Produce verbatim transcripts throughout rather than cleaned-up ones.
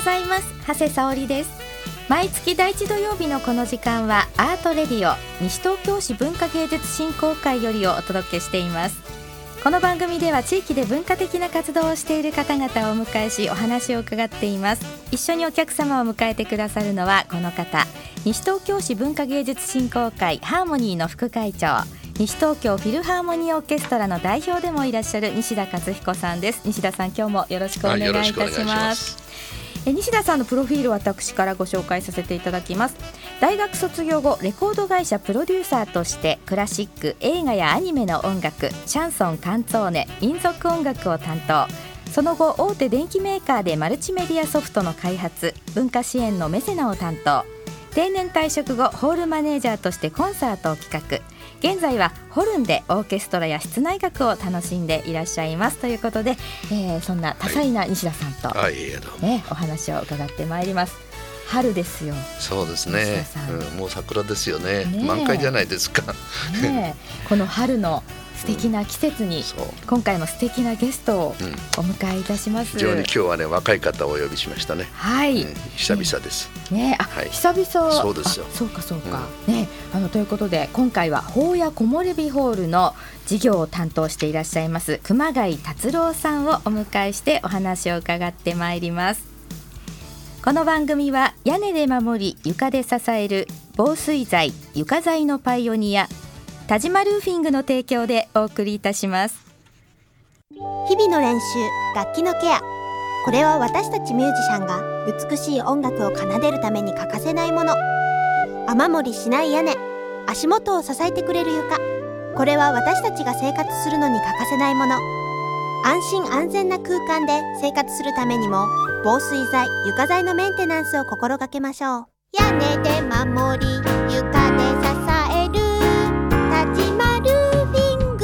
ざいます。長谷沙織です。毎月第一土曜日のこの時間はアートレディオ西東京市文化芸術振興会よりをお届けしています。この番組では地域で文化的な活動をしている方々をお迎えしお話を伺っています。一緒にお客様を迎えてくださるのはこの方、西東京市文化芸術振興会ハーモニーの副会長、西東京フィルハーモニーオーケストラの代表でもいらっしゃる西田勝彦さんです。西田さん、今日もよろしくお願いいたします。ますえ西田さんのプロフィールを私からご紹介させていただきます。大学卒業後、レコード会社プロデューサーとしてクラシック、映画やアニメの音楽、シャンソン、カンツォーネ、民族音楽を担当。その後、大手電機メーカーでマルチメディアソフトの開発、文化支援のメセナを担当。定年退職後、ホールマネージャーとしてコンサートを企画。現在はホルンでオーケストラや室内楽を楽しんでいらっしゃいますということで、えー、そんな多彩な西田さんと、はいね、お話を伺ってまいります。春ですよ。 そうですね、うん、もう桜ですよ ね, ね満開じゃないですか、 ね、この春の素敵な季節に、うん、今回も素敵なゲストをお迎えいたします、うん、 非常に今日はね若い方をお呼びしましたね。 はい、うん、 久々です、 ね、あ、はい、久々。 そうですよ。 そうかそうか、うん、ね、あのということで今回は法屋木漏れ日ホールの事業を担当していらっしゃいます熊谷達郎さんをお迎えしてお話を伺ってまいります。この番組は屋根で守り床で支える防水材床材のパイオニア田島ルーフィングの提供でお送りいたします。 日々の練習、楽器のケア、これは私たちミュージシャンが美しい音楽を奏でるために欠かせないもの。雨漏りしない屋根、足元を支えてくれる床、これは私たちが生活するのに欠かせないもの。安心安全な空間で生活するためにも防水材床材のメンテナンスを心がけましょう。屋根で守り床で支える田島ルーフィング。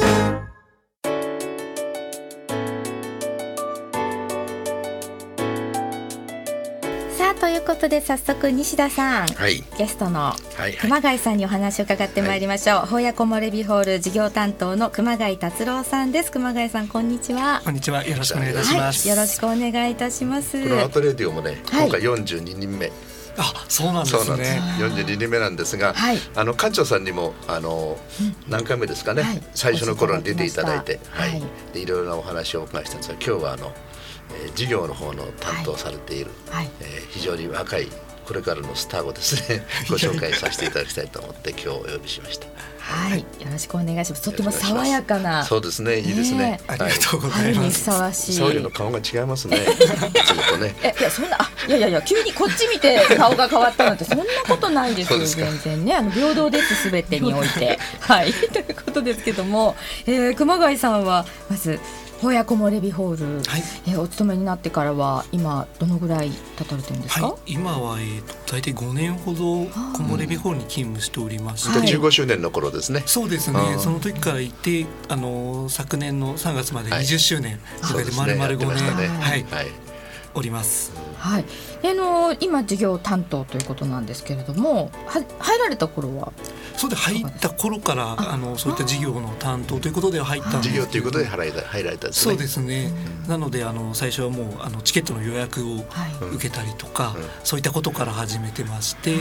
さあということで早速西田さん、 はい、 ゲストの熊谷さんにお話を伺ってまいりましょう。法屋木漏れ日ホール事業担当の熊谷達郎さんです。熊谷さん、こんにちは。 こんにちは、よろしくお願いいたします、 はい、よろしくお願いいたします。 このアートレディオもね、今回よんじゅうににんめ、 あ、そうなんですね。そうなんです。 よんじゅうににんめなんですが、はい、あの館長さんにもあの、うん、何回目ですかね、はい、最初の頃に出ていただいて、はいはい、でいろいろなお話をお伺いしたんですが、今日はあの、えー、事業の方の担当されている、はいはい、えー、非常に若いこれからのスターをですねご紹介させていただきたいと思って今日お呼びしました。 はい、はい、よろしくお願いします。とても爽やかな。 そうですね、いいですね、ね、 ありがとうございます。 春にふさわしい。 そういうの顔が違いますねいつもとね。 え、いやそんな、あ、いやいやいや、急にこっち見て顔が変わったなんてそんなことないですよ。全然ね、あの平等ですすべてにおいてはいということですけども、えー、熊谷さんはまず法屋木漏れ日ホール、はい、えー、お勤めになってからは今どのぐらい経たれてるんですか？ はい、今は、えー、と大体ごねんほど木漏れ日ホールに勤務しておりまして、 はい、じゅうごしゅうねんの頃ですね。 そうですね、その時からいて、あの昨年のさんがつまでにじゅっしゅうねん、はい、で丸々ごねん、ね、はいはい、おります。 はい、あの今事業担当ということなんですけれども、は入られた頃はそうで入った頃からあのそういった事業の担当ということで入ったんですけど、 事業ということで入られたんですね。 そうですね、うん、なのであの最初はもうあのチケットの予約を受けたりとか、はい、そういったことから始めてまして、はい、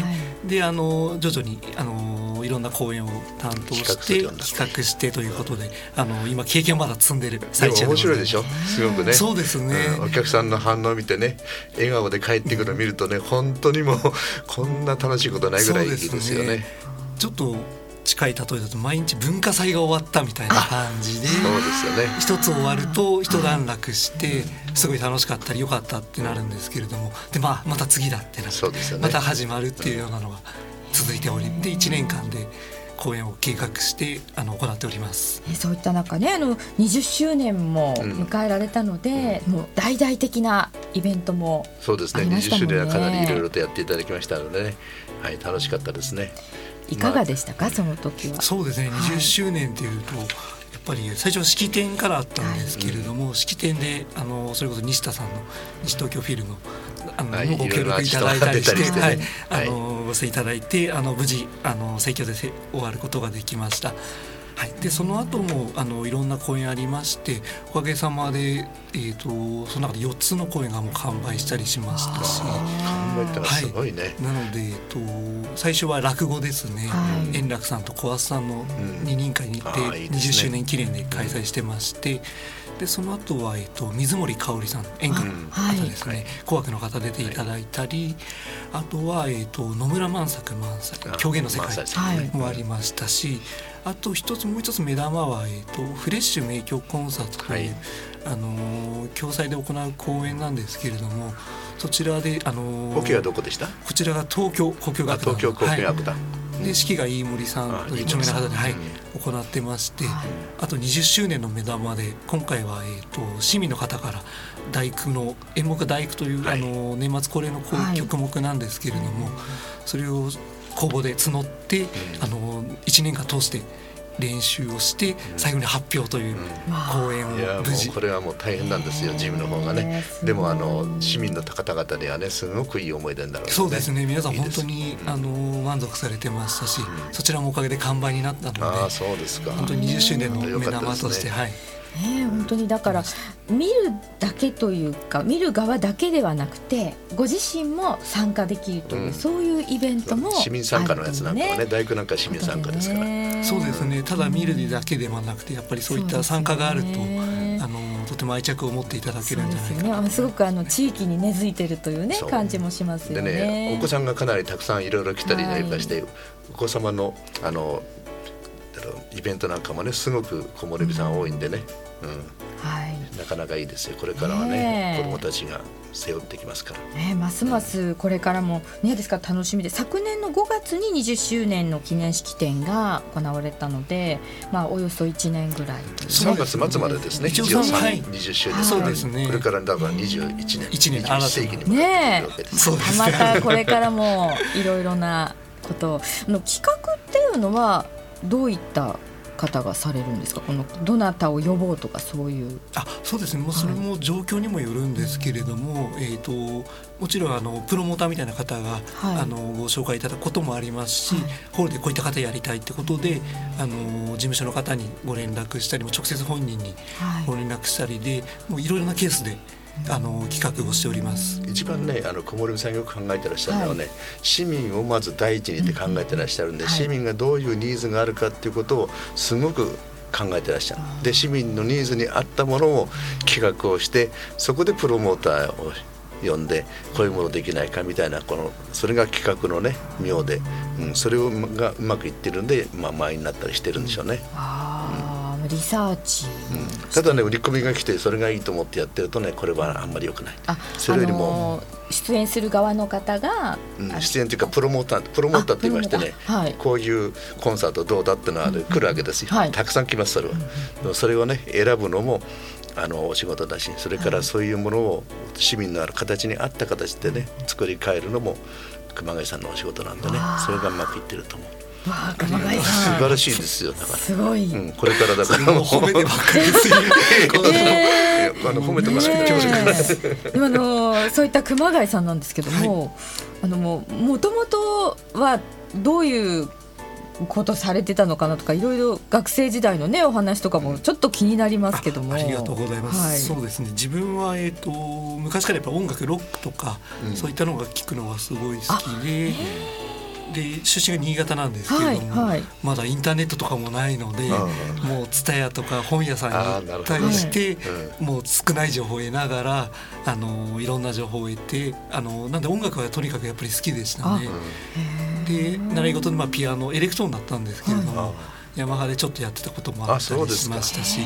であの徐々にあのいろんな公演を担当して企画してということで、あの今経験をまだ積んでる最中でございます。 面白いでしょ、すごくね。 そうですね、 うん、お客さんの反応を見てね、笑顔で帰ってくるのを見るとね、本当にもうこんな楽しいことないぐらいいいですよね。 ちょっと近い例えだと毎日文化祭が終わったみたいな感じで、 そうですよね、 一つ終わると一段落してすごい楽しかったり良かったってなるんですけれども、で、まあ、また次だってなって、そうですよね、また始まるっていうようなのが続いており、でいちねんかんで公演を計画してあの行っております。 そういった中ね、あのにじゅっしゅうねんも迎えられたので、うん、もう大々的なイベントもありましたもんね。 そうですね、にじゅっしゅうねんはかなりいろいろとやっていただきましたのでね、はい、楽しかったですね。 いかがでしたか、まあ、その時は。 そうですね、にじゅっしゅうねんというと、はい、やっぱり最初式典からあったんですけれども、はい、式典であのそれこそ西田さんの西東京フィルのあの、はい、ご協力いただいたりして、はい、あのごせいただいて、あの無事あの盛況で終わることができました。 はい、でその後もあのいろんな公演ありまして、おかげさまで、えー、とその中でよっつの公演がもう完売したりしましたし、 完売ってのはすごいね、 はい、なので、えー、と最初は落語ですね、はい、円楽さんと小松さんの二人会に行ってにじゅっしゅうねん記念で開催してまして、でその後は、えー、と水森かおりさん演歌の方ですね、はい、紅白の方出ていただいたり、あとは、えー、と野村万作満載狂言の世界もありましたし、あと一つもう一つ目玉は、えー、とフレッシュ名曲コンサートという、はい、あの共催で行う公演なんですけれども、そちらで、あのオケはどこでした？こちらが東京交響楽団、 東京交響楽団、はい、 で指揮が飯森さんという著名な方で、はい、行ってまして、はい、あとにじゅっしゅうねんの目玉で今回は、えー、と市民の方から第九の演目第九という、はい、あの年末恒例の曲目なんですけれども、はい、それを公募で募って、うん、あのいちねんかん通して練習をして最後に発表という公演を無事、 いやもうこれはもう大変なんですよ、ジムの方がね。でもあの市民の方々にはねすごくいい思い出になるので、ね、 そうですね、皆さん本当にあの満足されてましたし、うん、そちらもおかげで完売になったので、 あそうですか、 本当ににじゅっしゅうねんの目玉として、はい、 ね、本当にだから見るだけというか見る側だけではなくてご自身も参加できるという、うん、そういうイベントもある、ね、 市民参加のやつなんかはね、大工なんか市民参加ですから、ね、 そうですね、ただ見るだけではなくてやっぱりそういった参加があると、ね、あのとても愛着を持っていただけるんじゃないかな。 そうですよね、すごくあの地域に根付いてるという、ね、感じもしますよね。 でね、お子さんがかなりたくさんいろいろ来たりなんかして、はい、お子様のあのイベントなんかもねすごく木漏れ日さん多いんでね、うんはい、なかなかいいですよ。これからはね、ね子どもたちが背負ってきますから、 ね、ますますこれからも、ね、ですから楽しみで、昨年のごがつににじゅっしゅうねんの記念式典が行われたので、まあ、およそいちねんぐらい、ね、 さんがつ末までですね、一応さん、にじゅっしゅうねん、そうですね、これからだからにじゅういちねん、 いちねんにじゅういっせいきに向かっていくわけです、 ね、またこれからもいろいろなことの企画っていうのはどういった方がされるんですか？このどなたを呼ぼうとかそういう。 あ、そうですね、もうそれも状況にもよるんですけれども、はい、えーともちろんあのプロモーターみたいな方が、はい、あのご紹介いただくこともありますし、はい、ホールでこういった方やりたいってことで、あの事務所の方にご連絡したりも直接本人にご連絡したりで、はい、もういろいろなケースであの企画をしております。 一番ね、あの小森さんよく考えてらっしゃるのはね、はい、市民をまず第一にって考えてらっしゃるんで、うん、市民がどういうニーズがあるかっていうことをすごく考えてらっしゃる。で、市民のニーズに合ったものを企画をして、そこでプロモーターを呼んでこういうものできないかみたいな、このそれが企画のね妙で、うん、それがうまくいってるんで、まあ、前になったりしてるんでしょうね。 あ、うん、リサーチ、 うん、ただね売り込みが来てそれがいいと思ってやってるとね、これはあんまり良くない。 あ、それよりも、あのー、出演する側の方が、 うん、出演というかプロモータープロモーターって言いましてね、はい、こういうコンサートどうだってのは、ね、来るわけですよ、はい、たくさん来ます。それは、うん、それをね選ぶのもあのお仕事だし、それからそういうものを市民のある形に合った形でね作り変えるのも熊谷さんのお仕事なんでね、それがうまくいってると思う。 わあ、熊谷さん素晴らしいですよ。だからすごい、 うん、これからだからもう褒めてばっかりですよえー、あの褒めてますけど、 ね、今のそういった熊谷さんなんですけども、はい、あのもう元々はどういうことされてたのかなとか、いろいろ学生時代のねお話とかもちょっと気になりますけども。 あ, ありがとうございます、はい、そうですね、自分は、えー、と昔からやっぱ音楽ロックとか、うん、そういったのが聴くのがすごい好きで、で出身が新潟なんですけれども、はいはい、まだインターネットとかもないので、もうツタヤとか本屋さんに行ったりして、もう少ない情報を得ながら、あのいろんな情報を得て、あのなんで音楽はとにかくやっぱり好きでしたね。で習い事でまあピアノエレクトーンだったんですけれども、はい、ヤマハでちょっとやってたこともあったりしましたし。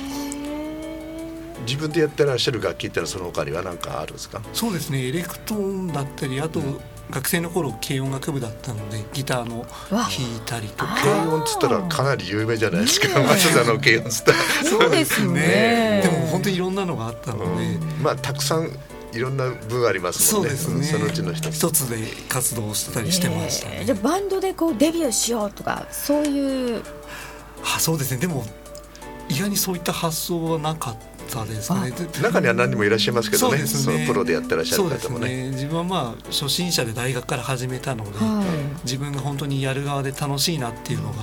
自分でやってらっしゃる楽器ってのはその他には何かあるんですか？ そうですね、エレクトーンだったり、あと、うん、学生の頃軽音楽部だったのでギターの弾いたりとか。 軽音っつったらかなり有名じゃないですか、松田の軽音っつったら。 そうですよね。 でも本当にいろんなのがあったので、うん、 まあたくさんいろんな部ありますもんね。 そうですね、 そのうちの一つ一つで活動したりしてましたね。 えー、じゃあバンドでこうデビューしようとかそういう。 あ、そうですね、でも意外にそういった発想はなかったですね。 中には何人もいらっしゃいますけどね、そうですね、そのプロでやってらっしゃる方もね。 そうですね、自分はまあ初心者で大学から始めたので、はい、自分が本当にやる側で楽しいなっていうのが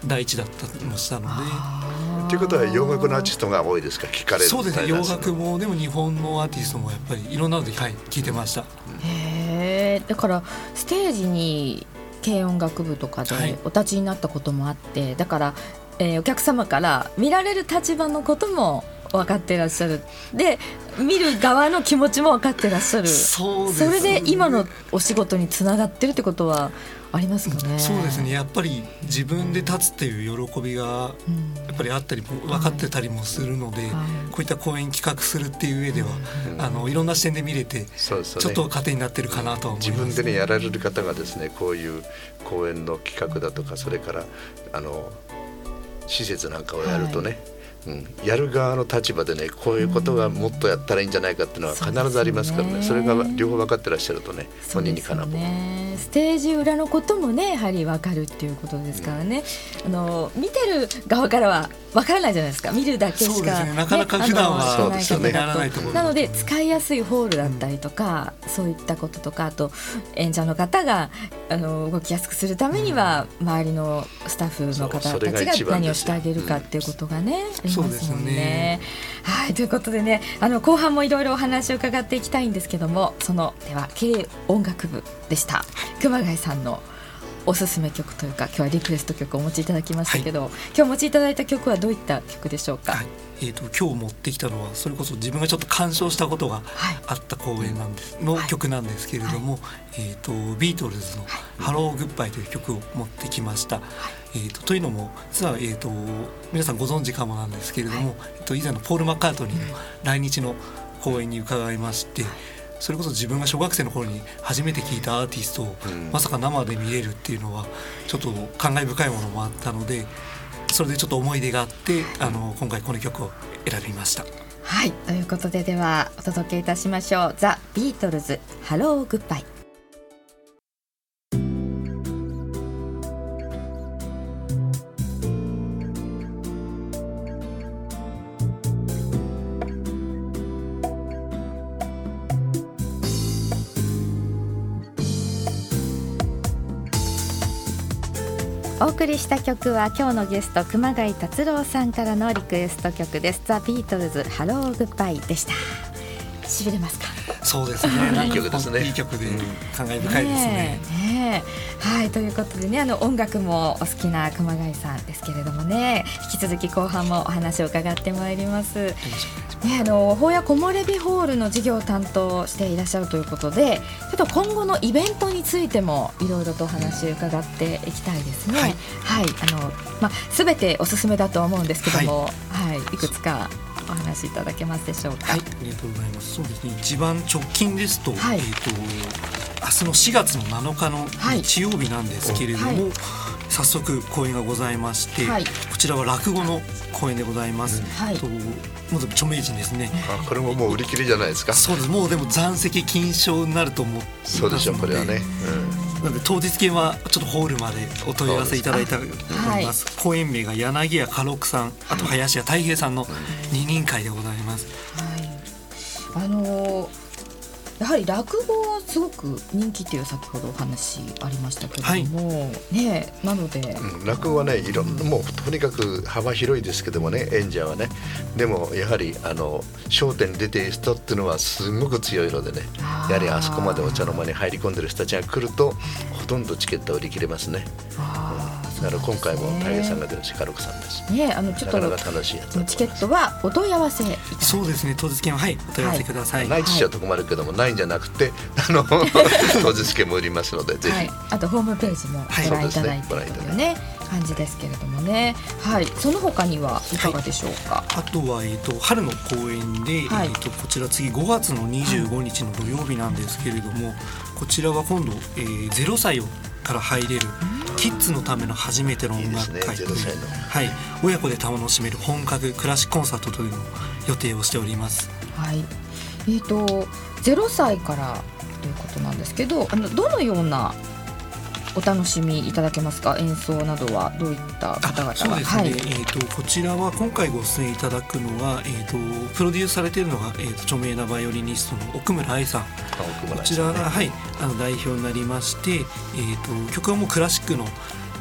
第一だったりもしたので。 ということは洋楽のアーティストが多いですか、聞かれる。 そうですね、洋楽もでも日本のアーティストもやっぱりいろんなので、はい、聞いてました。 へー、だからステージに軽音楽部とかでお立ちになったこともあって、はい、だから、えー、お客様から見られる立場のことも分かってらっしゃる、で見る側の気持ちも分かってらっしゃる。 そうですね、 それで今のお仕事につながってるってことはありますかね。 そうですね、やっぱり自分で立つっていう喜びがやっぱりあったり分かってたりもするので、はいはい、こういった講演企画するっていう上では、うん、あのいろんな視点で見れて、そうですね、ちょっと糧になってるかなとは思います。 自分でねやられる方がですね、こういう講演の企画だとか、それからあの施設なんかをやるとね、はい、うん、やる側の立場でね、こういうことがもっとやったらいいんじゃないかっていうのは必ずありますからね、 そ, ねそれが両方分かってらっしゃるとね、本人にかなう、 ね、ステージ裏のこともねやはり分かるっていうことですからね、うん、あの見てる側からは分からないじゃないですか、見るだけしか、 そうですね、なかなか普段はそうですよね、らないところなので使いやすいホールだったりとか、うん、そういったこととか、あと演者の方があの動きやすくするためには、うん、周りのスタッフの方たちが何をしてあげるかっていうことがね、うん、ありますもんね。はい、ということでね、あの後半もいろいろお話を伺っていきたいんですけども、そのでは軽音楽部でした熊谷さんのおすすめ曲というか、今日はリクエスト曲をお持ちいただきましたけど、はい、今日お持ちいただいた曲はどういった曲でしょうか。はい、 えーと、今日持ってきたのはそれこそ自分がちょっと鑑賞したことがあった公演なんです、はい、の曲なんですけれども、はい、えーと、ビートルズのハローグッバイという曲を持ってきました。はい、えーと、というのも実は、えーと、皆さんご存知かもなんですけれども、はい、えーと、以前のポール・マッカートニーの来日の公演に伺いまして、はい、それこそ自分が小学生の頃に初めて聴いたアーティストをまさか生で見れるっていうのはちょっと感慨深いものもあったので、それでちょっと思い出があって、あの今回この曲を選びました。 はい、ということでではお届けいたしましょう。ザ・ビートルズハローグッバイ。お送りした曲は今日のゲスト熊谷達郎さんからのリクエスト曲です。ザ・ビートルズハローグッバイでした。しびれますか。 そうですね、いい曲ですね。いい曲で感慨深いですね。 ねねはい、ということでね、あの音楽もお好きな熊谷さんですけれどもね、引き続き後半もお話を伺ってまいります。ね、あの法や木漏れ日ホールの事業を担当していらっしゃるということで、ちょっと今後のイベントについてもいろいろとお話を伺っていきたいですね。はい、はい、あのまあ、全ておすすめだとは思うんですけども、はいはい、いくつかお話しいただけますでしょうか。 はい、ありがとうございます。そうですね、一番直近ですと、はい、えーと明日のしがつのなのかの日曜日なんですけれども、はいはい、早速公演がございまして、はい、こちらは落語の公演でございます。はい、とまず著名人ですね。 あ、これももう売り切れじゃないですか。 そうです、もうでも残席金賞になると思ってますので、 そうでしょう、これはね、 うん、なので当日券はちょっとホールまでお問い合わせいただいたと思います。はい、公演名が柳家家禄さん、あと林家たい平さんの二人会でございます。 はい、あのーやはり落語はすごく人気っていう先ほどお話ありましたけれども、はい、ね、なので、 うん、落語はね、いろんな、もうとにかく幅広いですけどもね、演者はね、でもやはりあの笑点に出ている人っていうのはすごく強いのでね、やはりあそこまでお茶の間に入り込んでる人たちが来るとほとんどチケット売り切れますね。だから今回も大平さんが出るし、家禄さんです。 ね、あのちょっとなかなか楽しいやつだと思います。 チケットはお問い合わせいただきます。 そうですね、当日券は、はい、お問い合わせください。 ないちしはと困るけども、ないんじゃなくて、あの当日券も売りますので、ぜひ、はい、 あとホームページもご覧いただいてというね、感じですけれどもね。はい、その他にはいかがでしょうか。 はい、あとは、えーと、春の公演で、はい、えーと、こちら次ごがつのにじゅうごにちの土曜日なんですけれども、はい、こちらは今度、えー、ゼロさいから入れるキッズのための初めての音楽会という、はい、親子で楽しめる本格クラシックコンサートというのを予定をしております。 はい、えーと、ゼロさいからということなんですけど、あのどのようなお楽しみいただけますか。演奏などはどういった方々が。 そうですね、はい、えー、とこちらは今回ご出演いただくのは、えー、とプロデュースされているのが、えー、と著名なバイオリニストの奥村愛さん、こちらが、はい、あの代表になりまして、えー、と曲はもうクラシックの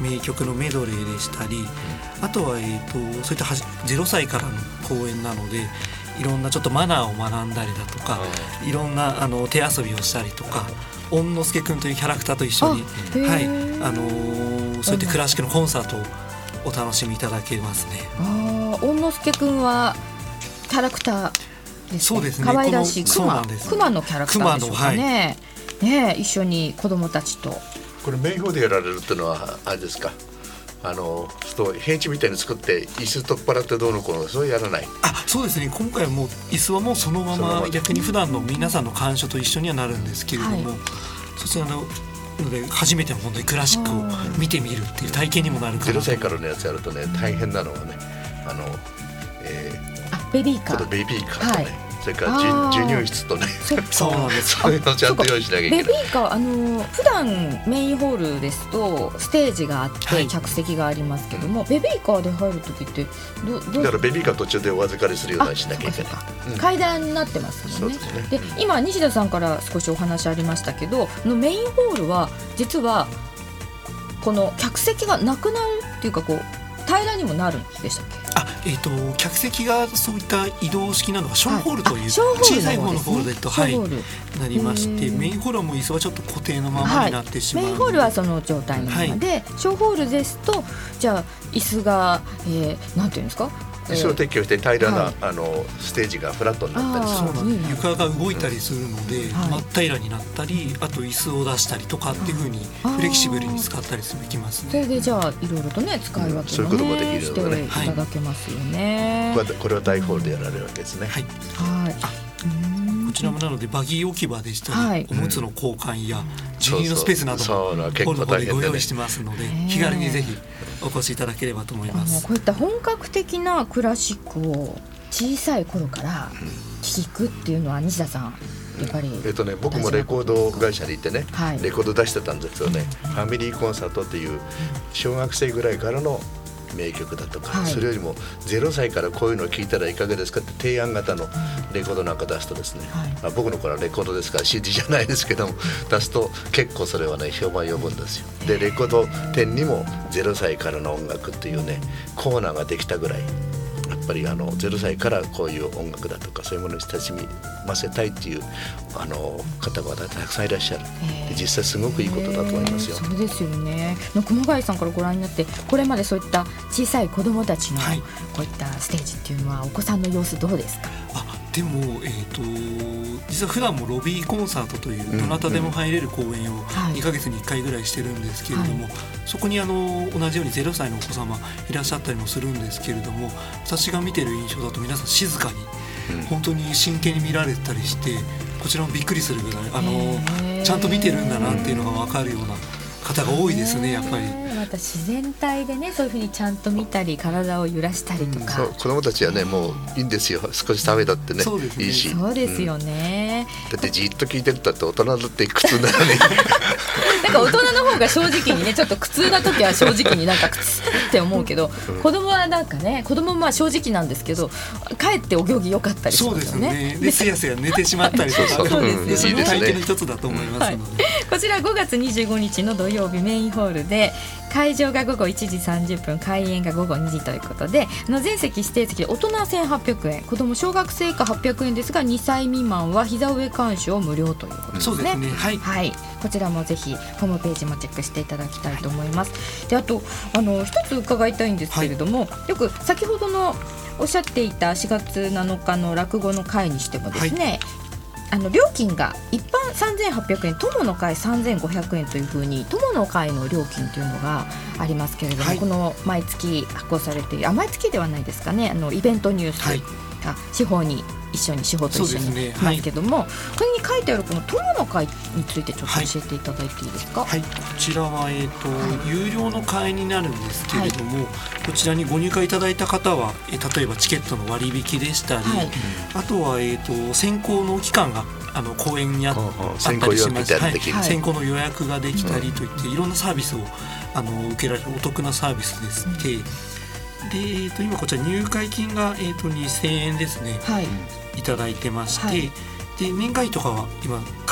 名曲のメドレーでしたり、あとは、えー、とそういったゼロさいからの公演なのでいろんなちょっとマナーを学んだりだとか、いろんなあの手遊びをしたりとか、恩之助くんというキャラクターと一緒に、はいあのー、そういったクラシックのコンサートをお楽しみいただけますね。 あ恩之助くんはキャラクターですね。 そうですね。 可愛らしいクマクマのキャラクターでしょうかね。はい、ね一緒に子どもたちと。 これメインホールでやられるっていうのはあれですか。あの平地みたいに作って椅子取っ払ってどうのこうのそうやらない。 あそうですね。今回はもう椅子はもうそのまま逆に普段の皆さんの鑑賞と一緒にはなるんですけれども、はい、そちらのので初めての本当にクラシックを見てみるっていう体験にもなるかなと。ゼロさいからのやつやるとね大変なのはねあの、えー、あベビーカーベビーカーとね、はい、それから授乳室とねそうなんです。 そういうのちゃんと用意しなきゃいけない。 ベビーカーあの普段メインホールですとステージがあって、はい、客席がありますけども、ベビーカーで入るときってどどだからベビーカー途中でお預かりするようにしなきゃいけない。 うん、階段になってますもんね。 そうですね。 で今西田さんから少しお話ありましたけどのメインホールは実はこの客席がなくなるっていうかこう平らにもなるんでしたっけ。 あえー、と客席がそういった移動式なのがショーホールという小さい方のホールでと、はい、なりまして、メインホールはもう椅子はちょっと固定のままになってしまう、はい、 メインホールはその状態のままで、はい、ショーホールですとじゃあ椅子が、えー、なんていうんですか椅子を撤去して平らな、はい、あのステージがフラットになったりする。 そうなんです。床が動いたりするので、うん、真っ平らになったり、あと椅子を出したりとかっていう風にフレキシブルに使ったりできますね。 それでじゃあいろいろとね使い分けも、ねうん、そういうこともできるので、ね、していただけますよね。 はい、これは大ホールでやられるわけですね。 はい。はいこちらもなのでバギー置き場でしたり、はい、おむつの交換や授乳のスペースなどもホールの方でご用意してますので、気軽にぜひお越しいただければと思います。 こういった本格的なクラシックを小さい頃から聴くっていうのは西田さんやっぱり、うんえっとね、僕もレコード会社に行ってね、はい、レコード出してたんですよね、うん、ファミリーコンサートっていう小学生ぐらいからの名曲だとか、はい、それよりもゼロさいからこういうのを聴いたらいかがですかって提案型のレコードなんか出すとですね、はいまあ、僕の頃はレコードですから シーディー じゃないですけども出すと結構それはね評判呼ぶんですよ。でレコード店にもゼロさいからの音楽っていうねコーナーができたぐらいやっぱりあのゼロさいからこういう音楽だとかそういうものに親しみませたいっていうあの方々たくさんいらっしゃる。で実際すごくいいことだと思いますよ。 そうですよね。熊谷さんからご覧になってこれまでそういった小さい子どもたちのこういったステージっていうのはお子さんの様子どうですか。 あでも、えー、と実は普段もロビーコンサートというどなたでも入れる公演をにかげつにいっかいぐらいしてるんですけれども、はい、そこにあの同じようにゼロさいのお子様いらっしゃったりもするんですけれども、私が見てる印象だと皆さん静かに、うん、本当に真剣に見られてたりしてこちらもびっくりするぐらいあのちゃんと見てるんだなっていうのが分かるような方が多いですね。やっぱりまた自然体でねそういうふうにちゃんと見たり体を揺らしたりとか、 うん、そう子どもたちはねもういいんですよ。少し食べたってね、 ねいいしそうですよね、 うん、だってじっと聞いてると大人だって苦痛なのになんか大人の方が正直にねちょっと苦痛な時は正直になんか苦痛って思うけど、うん、子供はなんかね子供もまあ正直なんですけどかえってお行儀良かったりしますよね。 そうですね。ですやすや寝てしまったりとかそうですよね。 体験の一つだと思いますので、 はい、こちらごがつにじゅうごにちの土曜日メインホールで会場がごごいちじさんじゅっぷん開演がごごにじということであの全席指定席大人はせんはっぴゃくえん子供小学生以下はっぴゃくえんですがにさい未満は膝上鑑賞無料ということですね。 そうですね、はいはい、こちらもぜひホームページもチェックしていただきたいと思います、はい、であとあの一つ伺いたいんですけれども、はい、よく先ほどのおっしゃっていたしがつなのかの落語の会にしてもですね、はいあの料金が一般さんぜんはっぴゃくえん友の会さんぜんごひゃくえんというふうに友の会の料金というのがありますけれども、はい、この毎月発行されているあ毎月ではないですかねあのイベントニュースが司法に一緒に司法と一緒にいますけども、ねはい、これに書いてあるこの友の会についてちょっと教えていただいていいですか。 はい、はい、こちらは、えーとはい、有料の会になるんですけれども、はい、こちらにご入会いただいた方は、えー、例えばチケットの割引でしたり、はい、あとは、えーと、先行の期間があの公演にあったりしまして、はい、先行の予約ができたりといって、いろんなサービスをあの受けられるお得なサービスでして、うん、で、えー、と今こちら入会金が、えー、とにせんえんですね、はい、いただいてまして、はい、で年会とかは今価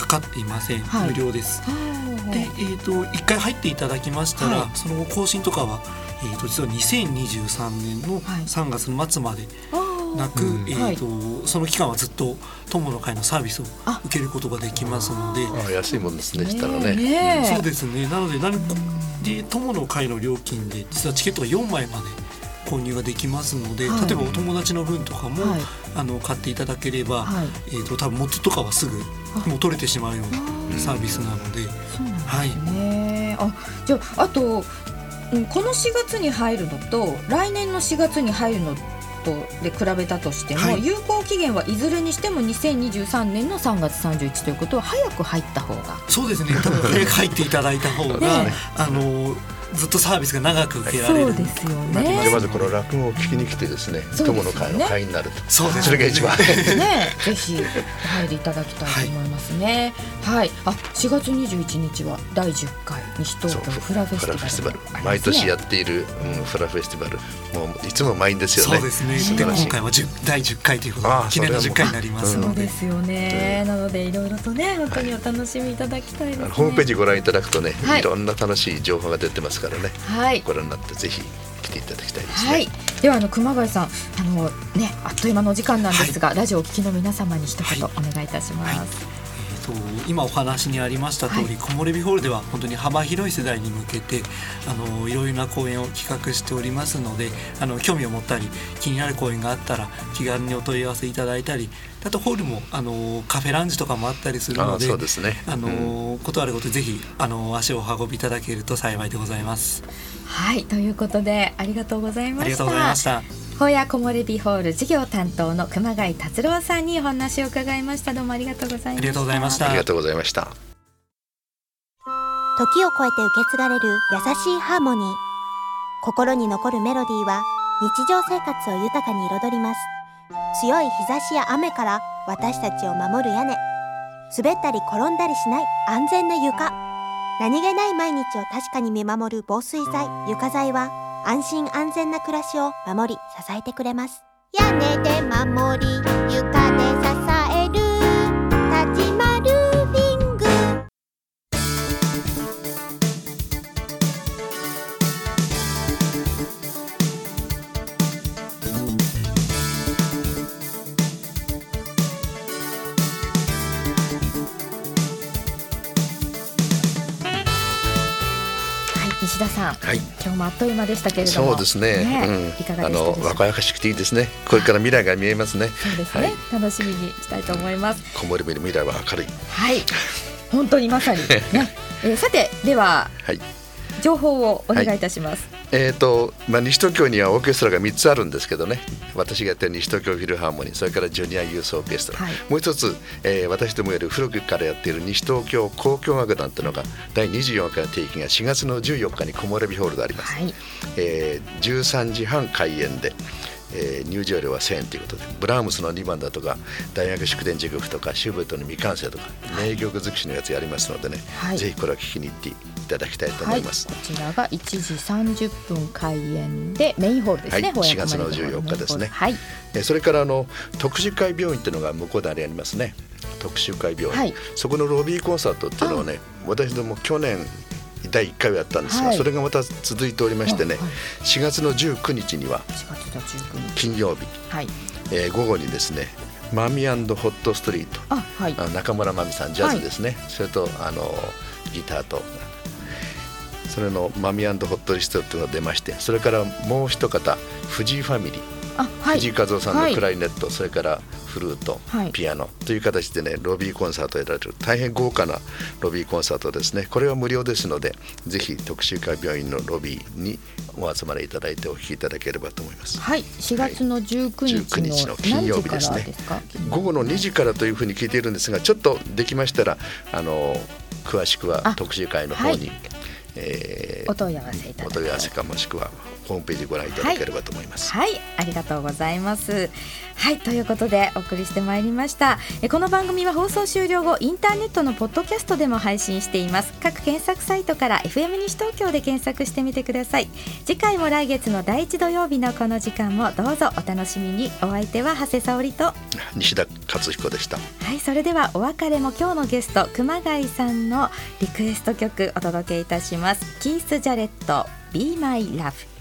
かっていません、 はい、 無料です。で、えーと、いっかい入っていただきましたら、はい、その更新とかは、えーと、実はにせんにじゅうさんねんのさんがつ末までなく、はい、えーと、その期間はずっと友の会のサービスを受けることができますので、 ああ安いもんですね、したらね、 ね、そうですね。なので何で友の会の料金で実はチケットがよんまいまで購入ができますので、はい、例えばお友達の分とかも、はい、あの買っていただければ、はい、えーと、多分元とかはすぐもう取れてしまうようなサービスなので、 そうなんですね、はい、あじゃあ、あとこのしがつに入るのと来年のしがつに入るのとで比べたとしても、はい、有効期限はいずれにしてもにせんにじゅうさんねんのさんがつさんじゅういちということは早く入った方が、 そうですね、多分早く入っていただいた方が、ね、あのずっとサービスが長く受けられる。 そうですよね。 まずこの落語を聞きに来てですね、友の会の会になると、 そうですね、 それが一番ね、ぜひ入りいただきたいと思いますね。はい、はい、あしがつにじゅういちにちはだいじゅっかい西東京フラフェスティバル、ね、 毎年やっている、うん、フラフェスティバル、もういつも満員ですよね。 そうですね。で今回はだいじゅっかいということで記念のじゅっかいになりますので、 そうですよね、うん、なのでいろいろとね本当にお楽しみいただきたいですね、はい、 ホームページご覧いただくとね、はい、いろんな楽しい情報が出てますからね、 はい、 ご覧になってぜひ来ていただきたいですね。 はい、ではあの熊谷さん、あの、ね、あっという間のお時間なんですが、はい、ラジオをお聞きの皆様に一言お願いいたします。はいはい、 えー、と今お話にありました通り、はい、木漏れ日ホールでは本当に幅広い世代に向けてあのいろいろな講演を企画しておりますので、あの興味を持ったり気になる講演があったら気軽にお問い合わせいただいたり、あとホールもあのカフェラウンジとかもあったりするので、 そうですね、 あの、うん、ことあることぜひあの足をお運びいただけると幸いでございます。 はい、ということでありがとうございました。 ありがとうございました。 ホーヤ木漏れ日ホール事業担当の熊谷達郎さんにお話を伺いました。どうもありがとうございました。 ありがとうございました。 ありがとうございました。 時を超えて受け継がれる優しいハーモニー、心に残るメロディーは日常生活を豊かに彩ります。強い日差しや雨から私たちを守る屋根、滑ったり転んだりしない安全な床、何気ない毎日を確かに見守る防水剤、床材は安心安全な暮らしを守り支えてくれます。屋根で守り床で支えるタジマルーフィング。 西田さん、 はい、 今日もあっという間でしたけれども、 そうですね、ね、うん、 いかがでしたでしょうか。あの若々しくていいですね。これから未来が見えますね。 そうですね、はい、楽しみにしたいと思います。 木漏れ日の未来は明るい。 はい、本当にまさに、ねえー、さてでは、はい、情報をお願いいたします。 はい、えーとまあ、西東京にはオーケストラがみっつあるんですけどね、私がやってる西東京フィルハーモニー、それからジュニアユースオーケストラ、はい、もう一つ、えー、私どもより古くからやっている西東京交響楽団というのがだいにじゅうよんかいの定期がしがつのじゅうよっかに木漏れ日ホールであります。はい、えー、じゅうさんじはん開演で、えー、入場料はせんえんということで、ブラームスのにばんだとか大学祝典時曲とかシューベルトの未完成とか名曲尽くしのやつやりますのでね、はい、ぜひこれは聞きに行っていただきたいと思います。 はい、こちらがいちじさんじゅっぷん開演でメインホールですね。 はい、しがつのじゅうよっかですね。 はい、 えー、それからあの特殊会病院っていうのが向こうでありますね。特殊会病院、はい、そこのロビーコンサートっていうのをね、私ども去年だいいっかいをやったんですが、はい、それがまた続いておりましてね、はい、しがつのじゅうくにちには金曜日、はい、えー、午後にですねマミ&ホットストリート、あ、はい、あ中村真美さんジャズですね、はい、それとあのギターとそれのマミ&ホットリストというのが出まして、それからもう一方藤井ファミリー、あ、はい、藤井和夫さんのクラリネット、はい、それからフルート、はい、ピアノという形でねロビーコンサートをやられる大変豪華なロビーコンサートですね。これは無料ですのでぜひ特殊会病院のロビーにお集まりいただいてお聞きいただければと思います。 はい、しがつのじゅうくにち の, の金曜日ですね。午後のにじからというふうに聞いているんですが、ちょっとできましたらあの詳しくは特殊会の方に、はい、えー、 お問い合わせいただお問い合わせかもしくはホームページご覧いただければと思います。 はい、はい、ありがとうございます。はい、ということでお送りしてまいりました。えこの番組は放送終了後インターネットのポッドキャストでも配信しています。各検索サイトから エフエム 西東京で検索してみてください。次回も来月のだいいち土曜日のこの時間もどうぞお楽しみに。お相手は長谷沙織と西田勝彦でした。 はい、それではお別れも今日のゲスト熊谷さんのリクエスト曲お届けいたします。キース・ジャレット Be My Love。